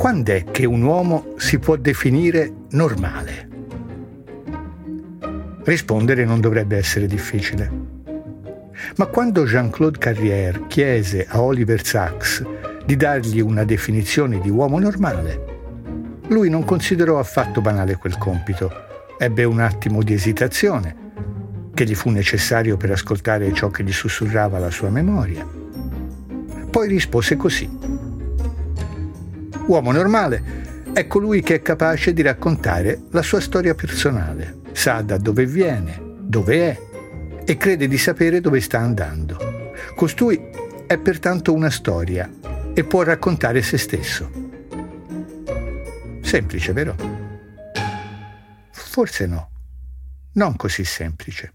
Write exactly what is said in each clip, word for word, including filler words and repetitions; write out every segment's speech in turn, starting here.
Quando è che un uomo si può definire normale? Rispondere non dovrebbe essere difficile. Ma quando Jean-Claude Carrière chiese a Oliver Sacks di dargli una definizione di uomo normale, lui non considerò affatto banale quel compito. Ebbe un attimo di esitazione, che gli fu necessario per ascoltare ciò che gli sussurrava la sua memoria. Poi rispose così: uomo normale è colui che è capace di raccontare la sua storia personale, sa da dove viene, dove è e crede di sapere dove sta andando. Costui è pertanto una storia e può raccontare se stesso. Semplice, vero? Forse no, non così semplice.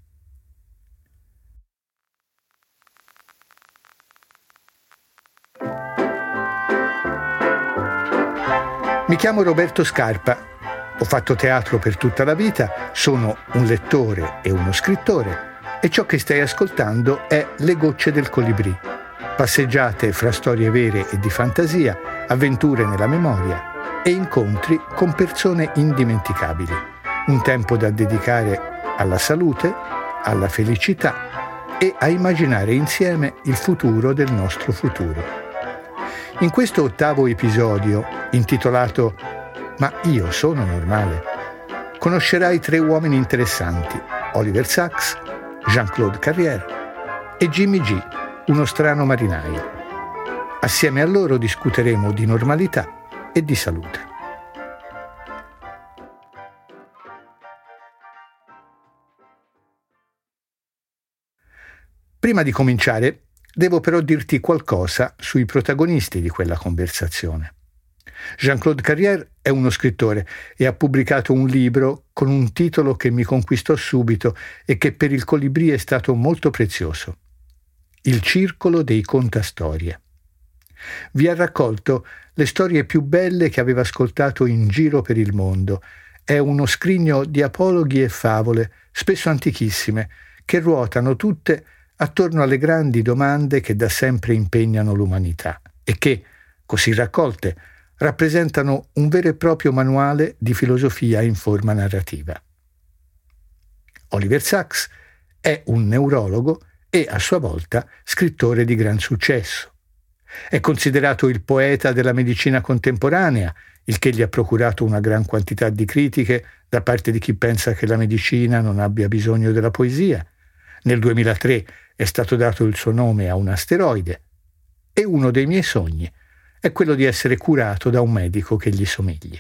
Mi chiamo Roberto Scarpa, ho fatto teatro per tutta la vita, sono un lettore e uno scrittore e ciò che stai ascoltando è Le gocce del colibrì, passeggiate fra storie vere e di fantasia, avventure nella memoria e incontri con persone indimenticabili, un tempo da dedicare alla salute, alla felicità e a immaginare insieme il futuro del nostro futuro. In questo ottavo episodio, intitolato Ma io sono normale, conoscerai tre uomini interessanti: Oliver Sacks, Jean-Claude Carrière e Jimmy G, uno strano marinaio. Assieme a loro discuteremo di normalità e di salute. Prima di cominciare, devo però dirti qualcosa sui protagonisti di quella conversazione. Jean-Claude Carrière è uno scrittore e ha pubblicato un libro con un titolo che mi conquistò subito e che per il Colibrì è stato molto prezioso: Il circolo dei contastorie. Vi ha raccolto le storie più belle che aveva ascoltato in giro per il mondo. È uno scrigno di apologhi e favole, spesso antichissime, che ruotano tutte attorno alle grandi domande che da sempre impegnano l'umanità e che, così raccolte, rappresentano un vero e proprio manuale di filosofia in forma narrativa. Oliver Sacks è un neurologo e, a sua volta, scrittore di gran successo. È considerato il poeta della medicina contemporanea, il che gli ha procurato una gran quantità di critiche da parte di chi pensa che la medicina non abbia bisogno della poesia. Nel duemilatré è stato dato il suo nome a un asteroide e uno dei miei sogni è quello di essere curato da un medico che gli somigli.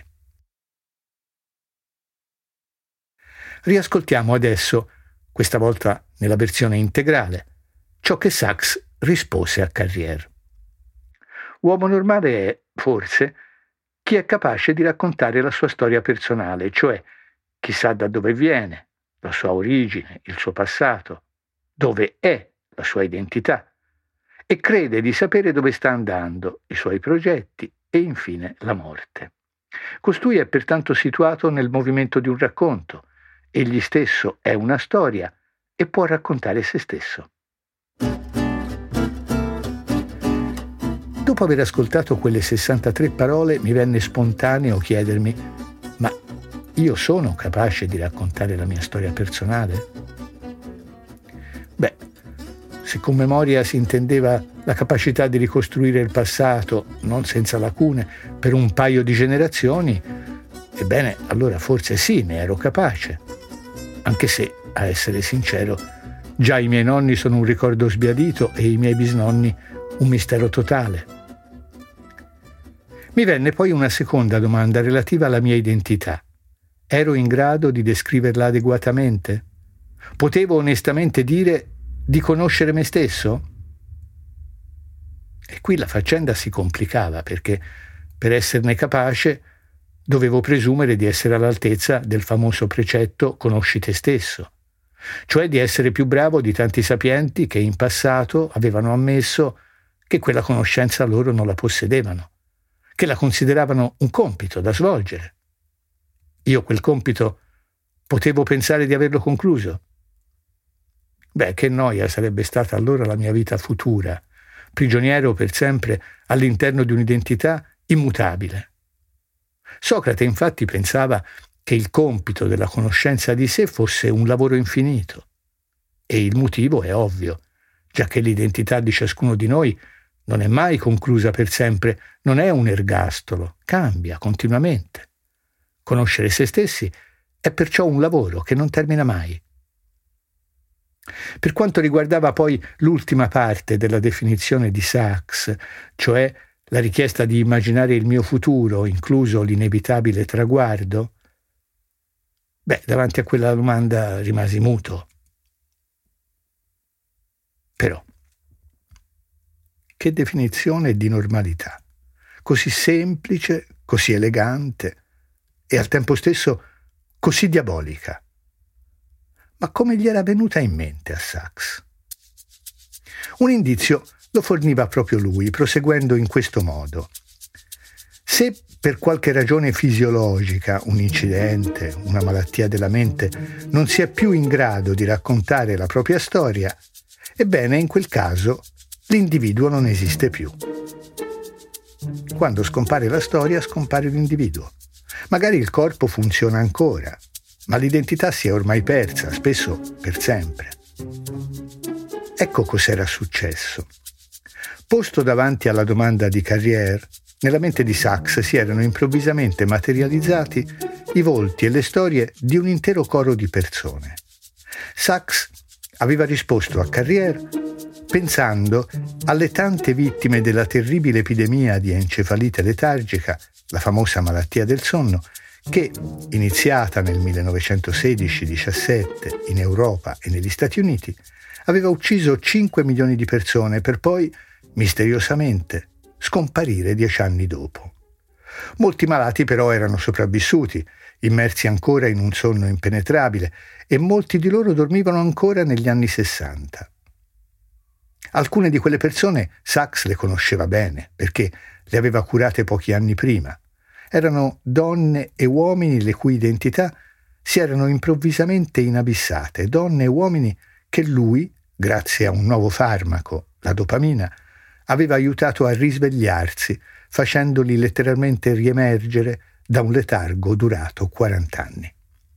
Riascoltiamo adesso, questa volta nella versione integrale, ciò che Sacks rispose a Carrière. Uomo normale è, forse, chi è capace di raccontare la sua storia personale, cioè chi sa da dove viene, la sua origine, il suo passato, dove è la sua identità, e crede di sapere dove sta andando, i suoi progetti e infine la morte. Costui è pertanto situato nel movimento di un racconto, egli stesso è una storia e può raccontare se stesso. Dopo aver ascoltato quelle sessantatré parole mi venne spontaneo chiedermi: ma io sono capace di raccontare la mia storia personale? Beh, se con memoria si intendeva la capacità di ricostruire il passato, non senza lacune, per un paio di generazioni, ebbene, allora forse sì, ne ero capace. Anche se, a essere sincero, già i miei nonni sono un ricordo sbiadito e i miei bisnonni un mistero totale. Mi venne poi una seconda domanda relativa alla mia identità. Ero in grado di descriverla adeguatamente? Potevo onestamente dire di conoscere me stesso? E qui la faccenda si complicava, perché per esserne capace dovevo presumere di essere all'altezza del famoso precetto conosci te stesso, cioè di essere più bravo di tanti sapienti che in passato avevano ammesso che quella conoscenza loro non la possedevano, che la consideravano un compito da svolgere. Io quel compito potevo pensare di averlo concluso? Beh, che noia sarebbe stata allora la mia vita futura, prigioniero per sempre all'interno di un'identità immutabile. Socrate infatti pensava che il compito della conoscenza di sé fosse un lavoro infinito. E il motivo è ovvio, giacché l'identità di ciascuno di noi non è mai conclusa per sempre, non è un ergastolo, cambia continuamente. Conoscere se stessi è perciò un lavoro che non termina mai. Per quanto riguardava poi l'ultima parte della definizione di Sachs, cioè la richiesta di immaginare il mio futuro, incluso l'inevitabile traguardo, beh, davanti a quella domanda rimasi muto. Però, che definizione di normalità, così semplice, così elegante e al tempo stesso così diabolica. Ma come gli era venuta in mente a Sachs? Un indizio lo forniva proprio lui, proseguendo in questo modo. Se per qualche ragione fisiologica, un incidente, una malattia della mente, non si è più in grado di raccontare la propria storia, ebbene, in quel caso, l'individuo non esiste più. Quando scompare la storia, scompare l'individuo. Magari il corpo funziona ancora, ma l'identità si è ormai persa, spesso per sempre. Ecco cos'era successo. Posto davanti alla domanda di Carrière, nella mente di Sachs si erano improvvisamente materializzati i volti e le storie di un intero coro di persone. Sachs aveva risposto a Carrière pensando alle tante vittime della terribile epidemia di encefalite letargica, la famosa malattia del sonno, che, iniziata nel millenovecentosedici diciassette in Europa e negli Stati Uniti, aveva ucciso cinque milioni di persone per poi, misteriosamente, scomparire dieci anni dopo. Molti malati però erano sopravvissuti, immersi ancora in un sonno impenetrabile, e molti di loro dormivano ancora negli anni sessanta. Alcune di quelle persone Sachs le conosceva bene, perché le aveva curate pochi anni prima. Erano donne e uomini le cui identità si erano improvvisamente inabissate, donne e uomini che lui, grazie a un nuovo farmaco, la dopamina, aveva aiutato a risvegliarsi, facendoli letteralmente riemergere da un letargo durato quaranta anni.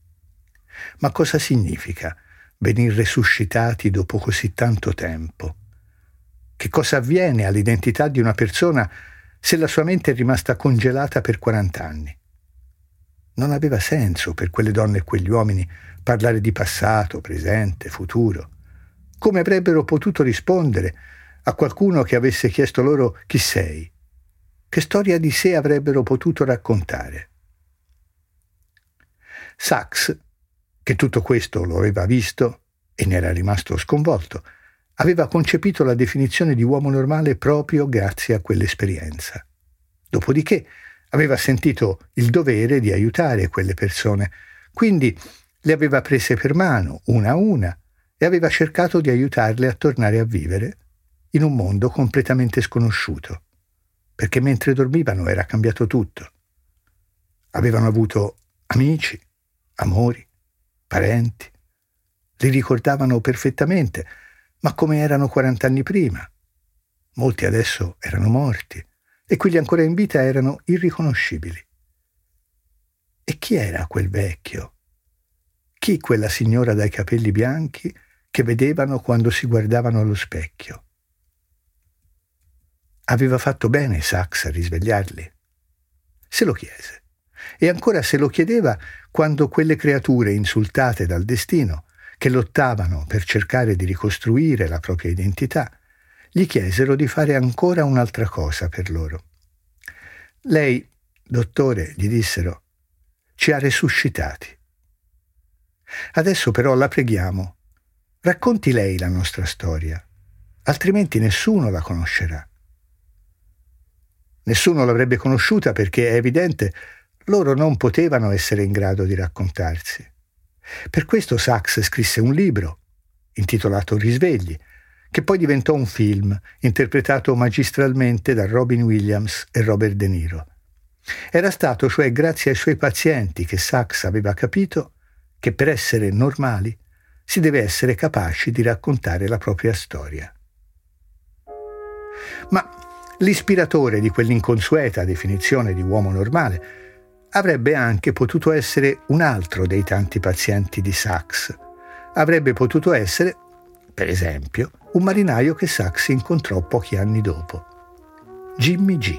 Ma cosa significa venir resuscitati dopo così tanto tempo? Che cosa avviene all'identità di una persona se la sua mente è rimasta congelata per quaranta anni? Non aveva senso per quelle donne e quegli uomini parlare di passato, presente, futuro. Come avrebbero potuto rispondere a qualcuno che avesse chiesto loro chi sei? Che storia di sé avrebbero potuto raccontare? Sachs, che tutto questo lo aveva visto e ne era rimasto sconvolto, aveva concepito la definizione di uomo normale proprio grazie a quell'esperienza. Dopodiché aveva sentito il dovere di aiutare quelle persone, quindi le aveva prese per mano, una a una, e aveva cercato di aiutarle a tornare a vivere in un mondo completamente sconosciuto, perché mentre dormivano era cambiato tutto. Avevano avuto amici, amori, parenti, li ricordavano perfettamente, ma come erano quarant'anni prima. Molti adesso erano morti e quelli ancora in vita erano irriconoscibili. E chi era quel vecchio? Chi quella signora dai capelli bianchi che vedevano quando si guardavano allo specchio? Aveva fatto bene Sachs a risvegliarli? Se lo chiese. E ancora se lo chiedeva quando quelle creature insultate dal destino, che lottavano per cercare di ricostruire la propria identità, gli chiesero di fare ancora un'altra cosa per loro. Lei, dottore, gli dissero, ci ha resuscitati. Adesso però la preghiamo, racconti lei la nostra storia, altrimenti nessuno la conoscerà. Nessuno l'avrebbe conosciuta perché, è evidente, loro non potevano essere in grado di raccontarsi. Per questo Sachs scrisse un libro, intitolato Risvegli, che poi diventò un film, interpretato magistralmente da Robin Williams e Robert De Niro. Era stato cioè grazie ai suoi pazienti che Sachs aveva capito che per essere normali si deve essere capaci di raccontare la propria storia. Ma L'ispiratore di quell'inconsueta definizione di uomo normale avrebbe anche potuto essere un altro dei tanti pazienti di Sachs. Avrebbe potuto essere, per esempio, un marinaio che Sachs incontrò pochi anni dopo, Jimmy G.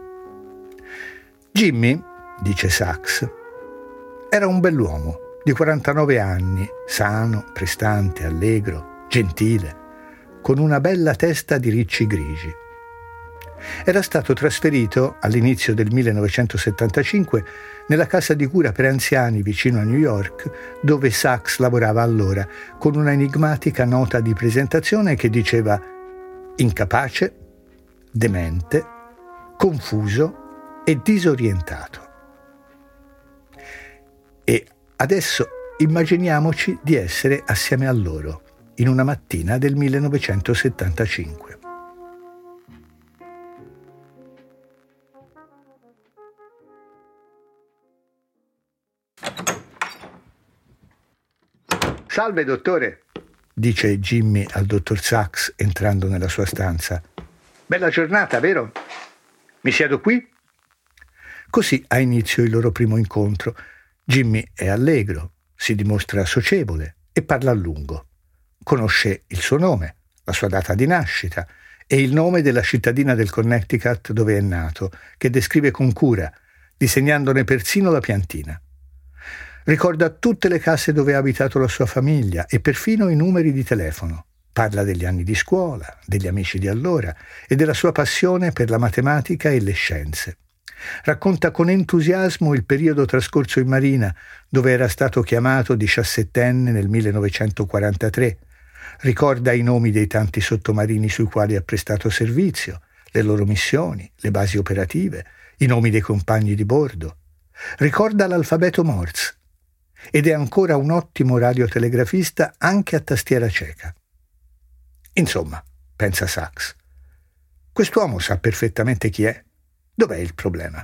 Jimmy, dice Sachs, era un bell'uomo di quarantanove anni, sano, prestante, allegro, gentile, con una bella testa di ricci grigi. Era stato trasferito all'inizio del millenovecentosettantacinque nella casa di cura per anziani vicino a New York, dove Sachs lavorava allora, con una enigmatica nota di presentazione che diceva incapace, demente, confuso e disorientato. E adesso immaginiamoci di essere assieme a loro in una mattina del millenovecentosettantacinque. Salve, dottore, dice Jimmy al dottor Sachs entrando nella sua stanza. Bella giornata, vero? Mi siedo qui? Così ha inizio il loro primo incontro. Jimmy è allegro, si dimostra socievole e parla a lungo. Conosce il suo nome, la sua data di nascita e il nome della cittadina del Connecticut dove è nato, che descrive con cura, disegnandone persino la piantina. Ricorda tutte le case dove ha abitato la sua famiglia e perfino i numeri di telefono. Parla degli anni di scuola, degli amici di allora e della sua passione per la matematica e le scienze. Racconta con entusiasmo il periodo trascorso in marina, dove era stato chiamato diciassettenne nel millenovecentoquarantatré. Ricorda i nomi dei tanti sottomarini sui quali ha prestato servizio, le loro missioni, le basi operative, i nomi dei compagni di bordo. Ricorda l'alfabeto Morse ed è ancora un ottimo radiotelegrafista anche a tastiera cieca. Insomma, pensa Sachs, quest'uomo sa perfettamente chi è. Dov'è il problema?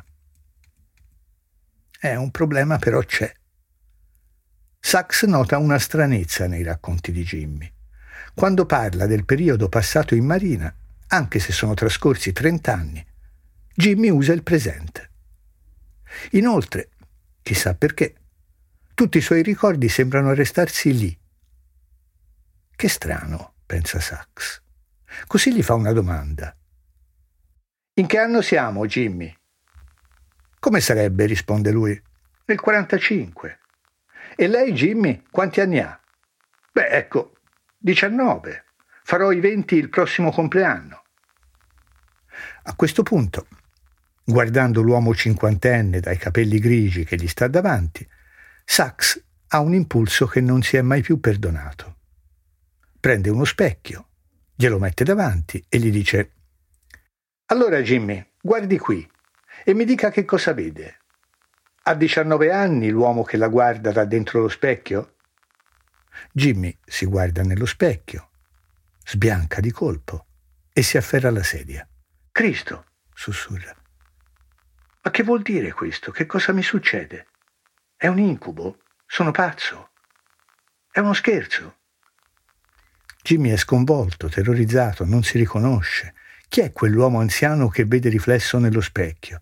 È un problema, però c'è. Sachs nota una stranezza nei racconti di Jimmy. Quando parla del periodo passato in marina, anche se sono trascorsi trent'anni, Jimmy usa il presente. Inoltre, chissà perché, tutti i suoi ricordi sembrano restarsi lì. Che strano, pensa Sachs. Così gli fa una domanda. In che anno siamo, Jimmy? Come sarebbe, risponde lui. Nel quarantacinque. E lei, Jimmy, quanti anni ha? Beh, ecco, diciannove. Farò i venti il prossimo compleanno. A questo punto, guardando l'uomo cinquantenne dai capelli grigi che gli sta davanti, Sachs ha un impulso che non si è mai più perdonato. Prende uno specchio, glielo mette davanti e gli dice: allora Jimmy, guardi qui e mi dica che cosa vede. Ha diciannove anni l'uomo che la guarda da dentro lo specchio? Jimmy si guarda nello specchio, sbianca di colpo e si afferra alla sedia. Cristo, sussurra. Ma che vuol dire questo? Che cosa mi succede? È un incubo? Sono pazzo? È uno scherzo? Jimmy è sconvolto, terrorizzato, non si riconosce. Chi è quell'uomo anziano che vede riflesso nello specchio?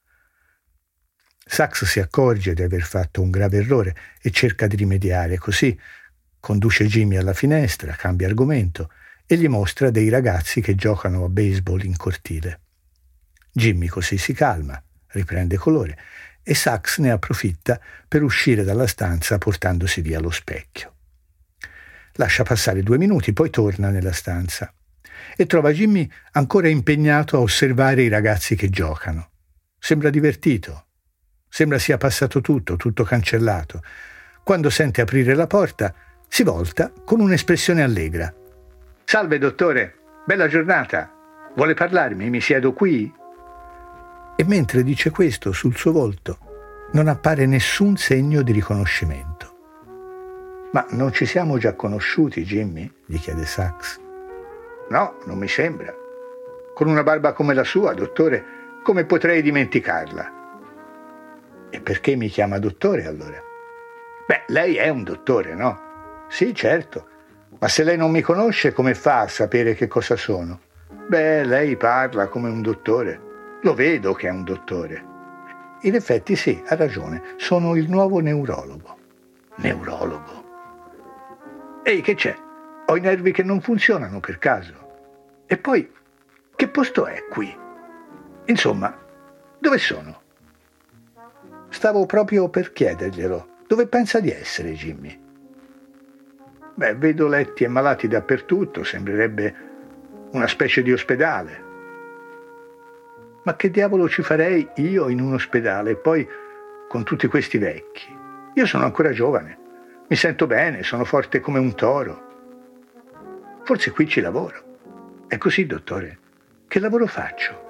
Sachs si accorge di aver fatto un grave errore e cerca di rimediare, così conduce Jimmy alla finestra, cambia argomento e gli mostra dei ragazzi che giocano a baseball in cortile. Jimmy così si calma, riprende colore e Sachs ne approfitta per uscire dalla stanza portandosi via lo specchio. Lascia passare due minuti, poi torna nella stanza e trova Jimmy ancora impegnato a osservare i ragazzi che giocano. Sembra divertito, sembra sia passato tutto, tutto cancellato. Quando sente aprire la porta, si volta con un'espressione allegra. Salve dottore, bella giornata. Vuole parlarmi? Mi siedo qui? E mentre dice questo, sul suo volto non appare nessun segno di riconoscimento. Ma non ci siamo già conosciuti, Jimmy? Gli chiede Sachs. No, non mi sembra. Con una barba come la sua, dottore, come potrei dimenticarla? E perché mi chiama dottore allora? Beh, lei è un dottore, no? Sì, certo. Ma se lei non mi conosce, come fa a sapere che cosa sono? Beh, lei parla come un dottore. Lo vedo che è un dottore. In effetti sì, ha ragione, sono il nuovo neurologo. Neurologo? Ehi, che c'è? Ho i nervi che non funzionano per caso. E poi, che posto è qui? Insomma, dove sono? Stavo proprio per chiederglielo. Dove pensa di essere, Jimmy? Beh, vedo letti e malati dappertutto, sembrerebbe una specie di ospedale. Ma che diavolo ci farei io in un ospedale e poi con tutti questi vecchi? Io sono ancora giovane, mi sento bene, sono forte come un toro. Forse qui ci lavoro. È così, dottore? Che lavoro faccio?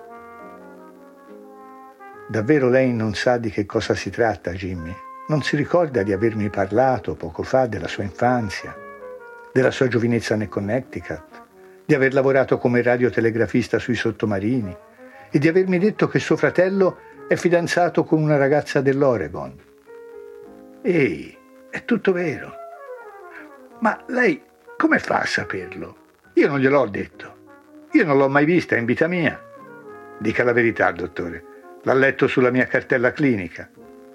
Davvero lei non sa di che cosa si tratta, Jimmy? Non si ricorda di avermi parlato poco fa della sua infanzia, della sua giovinezza nel Connecticut, di aver lavorato come radiotelegrafista sui sottomarini e di avermi detto che suo fratello è fidanzato con una ragazza dell'Oregon. Ehi, è tutto vero. Ma lei come fa a saperlo? Io non gliel'ho detto. Io non l'ho mai vista in vita mia. Dica la verità, dottore. L'ha letto sulla mia cartella clinica.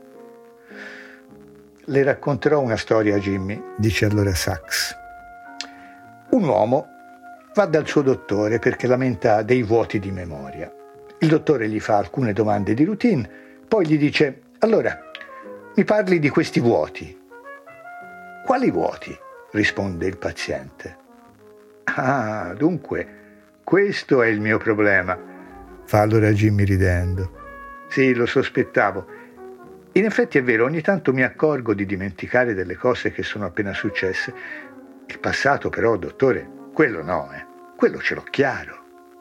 Le racconterò una storia, Jimmy, dice allora Sachs. Un uomo va dal suo dottore perché lamenta dei vuoti di memoria. Il dottore gli fa alcune domande di routine, poi gli dice: allora, mi parli di questi vuoti. Quali vuoti? Risponde il paziente. Ah, dunque, questo è il mio problema, fa allora Jimmy ridendo. Sì, lo sospettavo. In effetti è vero, ogni tanto mi accorgo di dimenticare delle cose che sono appena successe. Il passato però, dottore, quello no, eh. Quello ce l'ho chiaro.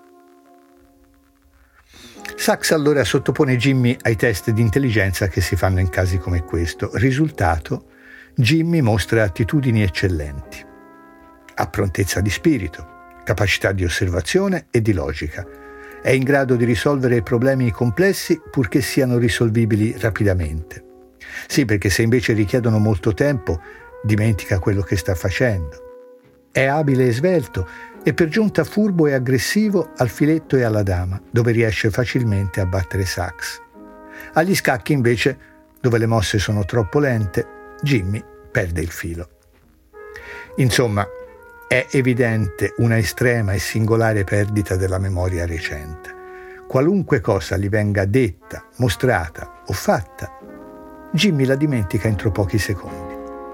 Sachs allora sottopone Jimmy ai test di intelligenza che si fanno in casi come questo. Risultato: Jimmy mostra attitudini eccellenti. Ha prontezza di spirito, capacità di osservazione e di logica. È in grado di risolvere problemi complessi purché siano risolvibili rapidamente. Sì, perché se invece richiedono molto tempo, dimentica quello che sta facendo. È abile e svelto e per giunta furbo e aggressivo al filetto e alla dama, dove riesce facilmente a battere Sachs. Agli scacchi invece, dove le mosse sono troppo lente, Jimmy perde il filo. Insomma, è evidente una estrema e singolare perdita della memoria recente. Qualunque cosa gli venga detta, mostrata o fatta, Jimmy la dimentica entro pochi secondi.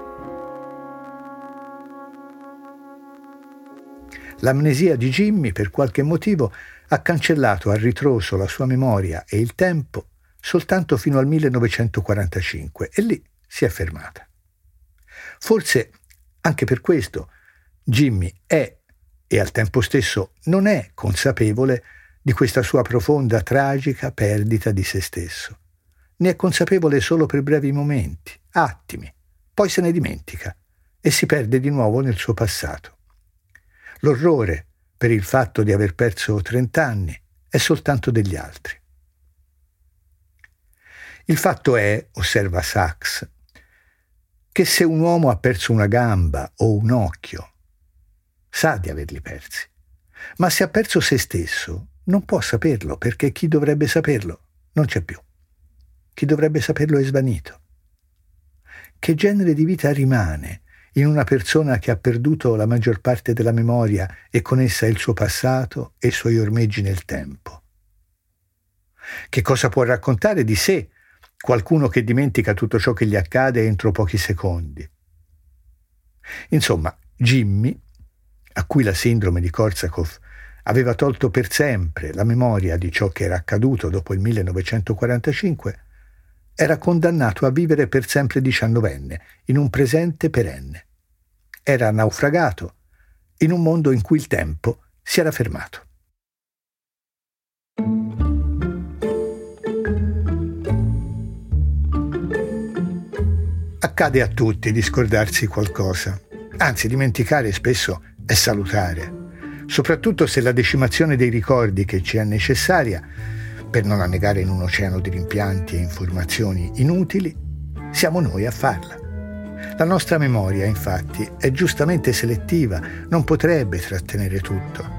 L'amnesia di Jimmy, per qualche motivo, ha cancellato a ritroso la sua memoria e il tempo soltanto fino al millenovecentoquarantacinque e lì si è fermata. Forse anche per questo Jimmy è, e al tempo stesso non è, consapevole di questa sua profonda, tragica perdita di se stesso. Ne è consapevole solo per brevi momenti, attimi, poi se ne dimentica e si perde di nuovo nel suo passato. L'orrore per il fatto di aver perso trent'anni è soltanto degli altri. Il fatto è, osserva Sachs, che se un uomo ha perso una gamba o un occhio, sa di averli persi, ma se ha perso se stesso non può saperlo perché chi dovrebbe saperlo non c'è più. Chi dovrebbe saperlo è svanito. Che genere di vita rimane in una persona che ha perduto la maggior parte della memoria e con essa il suo passato e i suoi ormeggi nel tempo? Che cosa può raccontare di sé qualcuno che dimentica tutto ciò che gli accade entro pochi secondi? Insomma, Jimmy, a cui la sindrome di Korsakoff aveva tolto per sempre la memoria di ciò che era accaduto dopo il millenovecentoquarantacinque, era condannato a vivere per sempre diciannovenne, in un presente perenne. Era naufragato in un mondo in cui il tempo si era fermato. Accade a tutti di scordarsi qualcosa. Anzi, dimenticare spesso è salutare, soprattutto se la decimazione dei ricordi che ci è necessaria per non annegare in un oceano di rimpianti e informazioni inutili, siamo noi a farla. La nostra memoria, infatti, è giustamente selettiva, non potrebbe trattenere tutto.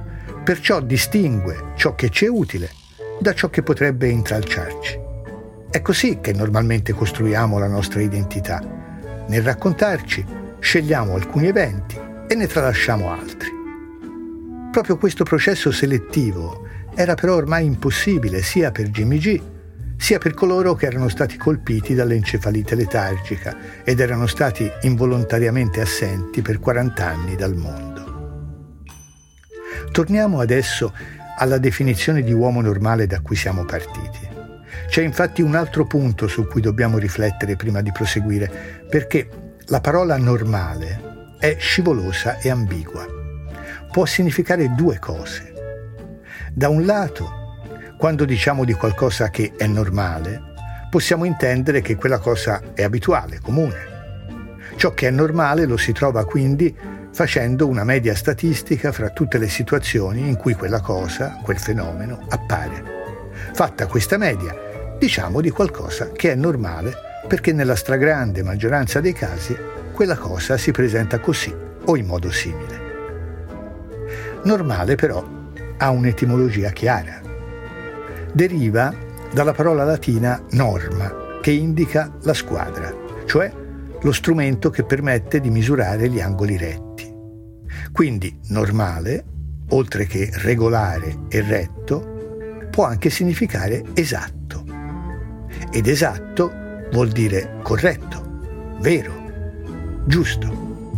perciò distingue ciò che ci è utile da ciò che potrebbe intralciarci. È così che normalmente costruiamo la nostra identità. Nel raccontarci scegliamo alcuni eventi e ne tralasciamo altri. Proprio questo processo selettivo era però ormai impossibile sia per Jimmy G, sia per coloro che erano stati colpiti dall'encefalite letargica ed erano stati involontariamente assenti per quaranta anni dal mondo. Torniamo adesso alla definizione di uomo normale da cui siamo partiti. C'è infatti un altro punto su cui dobbiamo riflettere prima di proseguire, perché la parola normale è scivolosa e ambigua. Può significare due cose. Da un lato, quando diciamo di qualcosa che è normale, possiamo intendere che quella cosa è abituale, comune. Ciò che è normale lo si trova quindi facendo una media statistica fra tutte le situazioni in cui quella cosa, quel fenomeno, appare. Fatta questa media, diciamo di qualcosa che è normale perché nella stragrande maggioranza dei casi quella cosa si presenta così o in modo simile. Normale però ha un'etimologia chiara. Deriva dalla parola latina norma, che indica la squadra, cioè lo strumento che permette di misurare gli angoli retti. Quindi normale, oltre che regolare e retto, può anche significare esatto. Ed esatto vuol dire corretto, vero, giusto.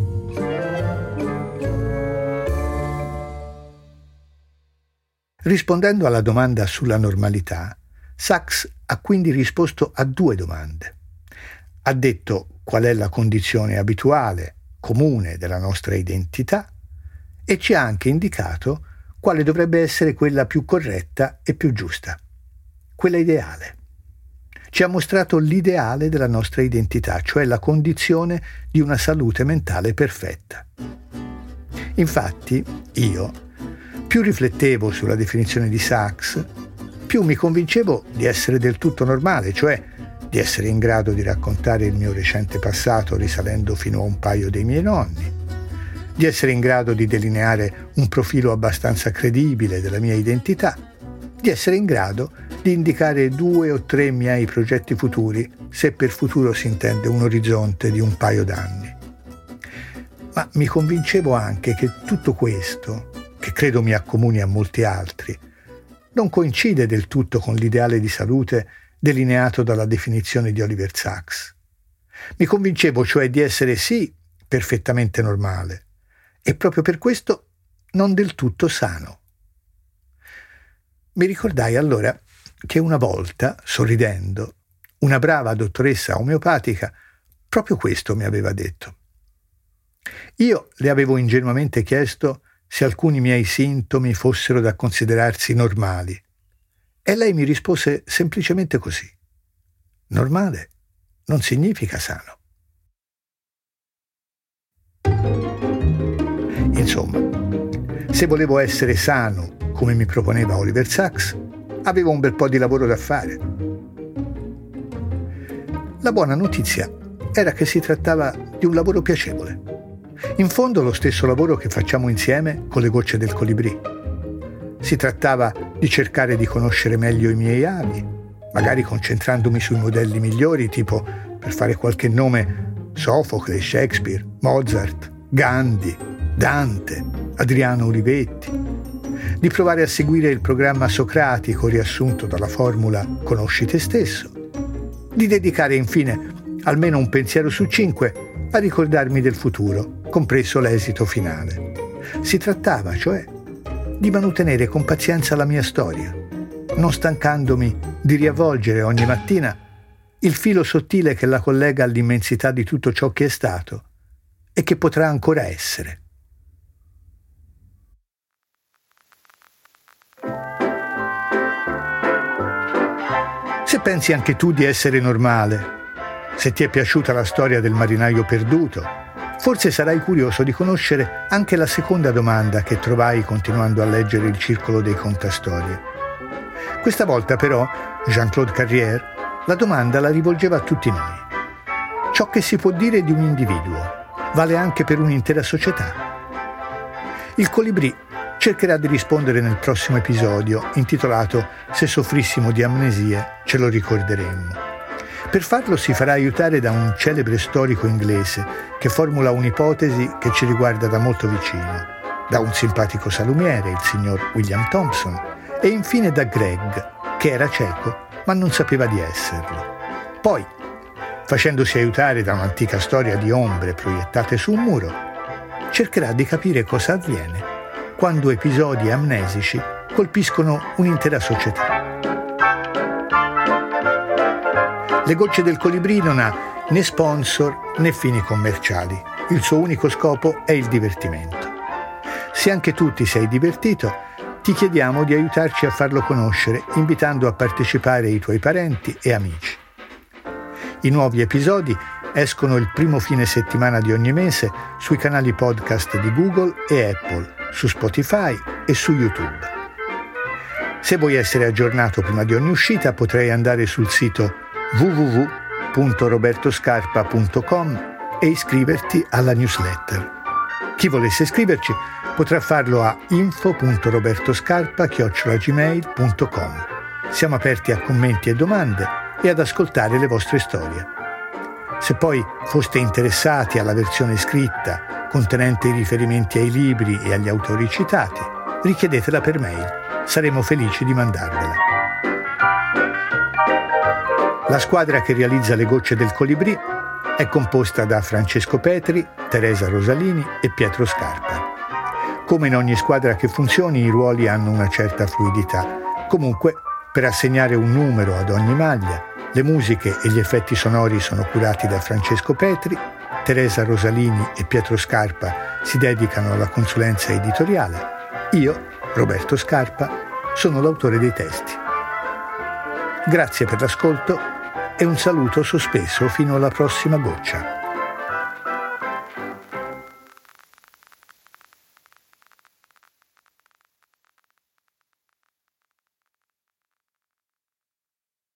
Rispondendo alla domanda sulla normalità, Sachs ha quindi risposto a due domande. Ha detto qual è la condizione abituale, comune della nostra identità e ci ha anche indicato quale dovrebbe essere quella più corretta e più giusta, quella ideale. Ci ha mostrato l'ideale della nostra identità, cioè la condizione di una salute mentale perfetta. Infatti, io, più riflettevo sulla definizione di Sachs, più mi convincevo di essere del tutto normale, cioè di essere in grado di raccontare il mio recente passato risalendo fino a un paio dei miei nonni, di essere in grado di delineare un profilo abbastanza credibile della mia identità, di essere in grado di indicare due o tre miei progetti futuri, se per futuro si intende un orizzonte di un paio d'anni. Ma mi convincevo anche che tutto questo, che credo mi accomuni a molti altri, non coincide del tutto con l'ideale di salute delineato dalla definizione di Oliver Sacks. Mi convincevo cioè di essere sì perfettamente normale e proprio per questo non del tutto sano. Mi ricordai allora che una volta, sorridendo, una brava dottoressa omeopatica proprio questo mi aveva detto. Io le avevo ingenuamente chiesto se alcuni miei sintomi fossero da considerarsi normali. E lei mi rispose semplicemente così. Normale non significa sano. Insomma, se volevo essere sano, come mi proponeva Oliver Sacks, avevo un bel po' di lavoro da fare. La buona notizia era che si trattava di un lavoro piacevole. In fondo lo stesso lavoro che facciamo insieme con le gocce del colibrì. Si trattava di cercare di conoscere meglio i miei avi, magari concentrandomi sui modelli migliori, tipo, per fare qualche nome, Sofocle, Shakespeare, Mozart, Gandhi, Dante, Adriano Olivetti, di provare a seguire il programma socratico riassunto dalla formula Conosci te stesso, di dedicare infine almeno un pensiero su cinque a ricordarmi del futuro, compreso l'esito finale. Si trattava, cioè, di mantenere con pazienza la mia storia, non stancandomi di riavvolgere ogni mattina il filo sottile che la collega all'immensità di tutto ciò che è stato e che potrà ancora essere. Se pensi anche tu di essere normale, se ti è piaciuta la storia del marinaio perduto, forse sarai curioso di conoscere anche la seconda domanda che trovai continuando a leggere il circolo dei contastorie. Questa volta però Jean-Claude Carrière la domanda la rivolgeva a tutti noi. Ciò che si può dire di un individuo vale anche per un'intera società. Il colibrì cercherà di rispondere nel prossimo episodio, intitolato Se soffrissimo di amnesie, ce lo ricorderemmo. Per farlo si farà aiutare da un celebre storico inglese che formula un'ipotesi che ci riguarda da molto vicino, da un simpatico salumiere, il signor William Thompson, e infine da Greg, che era cieco ma non sapeva di esserlo. Poi, facendosi aiutare da un'antica storia di ombre proiettate su un muro, cercherà di capire cosa avviene quando episodi amnesici colpiscono un'intera società. Le Gocce del Colibrì non ha né sponsor né fini commerciali. Il suo unico scopo è il divertimento. Se anche tu ti sei divertito, ti chiediamo di aiutarci a farlo conoscere, invitando a partecipare i tuoi parenti e amici. I nuovi episodi escono il primo fine settimana di ogni mese sui canali podcast di Google e Apple, su Spotify e su YouTube. Se vuoi essere aggiornato prima di ogni uscita, potrai andare sul sito w w w punto roberto scarpa punto com e iscriverti alla newsletter. Chi volesse iscriverci potrà farlo a info punto robertoscarpa chiocciola gmail punto com. Siamo aperti a commenti e domande e ad ascoltare le vostre storie. Se poi foste interessati alla versione scritta, contenente i riferimenti ai libri e agli autori citati, richiedetela per mail. Saremo felici di mandarvela. La squadra che realizza Le Gocce del Colibrì è composta da Francesco Petri, Teresa Rosalini e Pietro Scarpa. Come in ogni squadra che funzioni, i ruoli hanno una certa fluidità. Comunque, per assegnare un numero ad ogni maglia, le musiche e gli effetti sonori sono curati da Francesco Petri, Teresa Rosalini e Pietro Scarpa si dedicano alla consulenza editoriale. Io, Roberto Scarpa, sono l'autore dei testi. Grazie per l'ascolto e un saluto sospeso fino alla prossima goccia.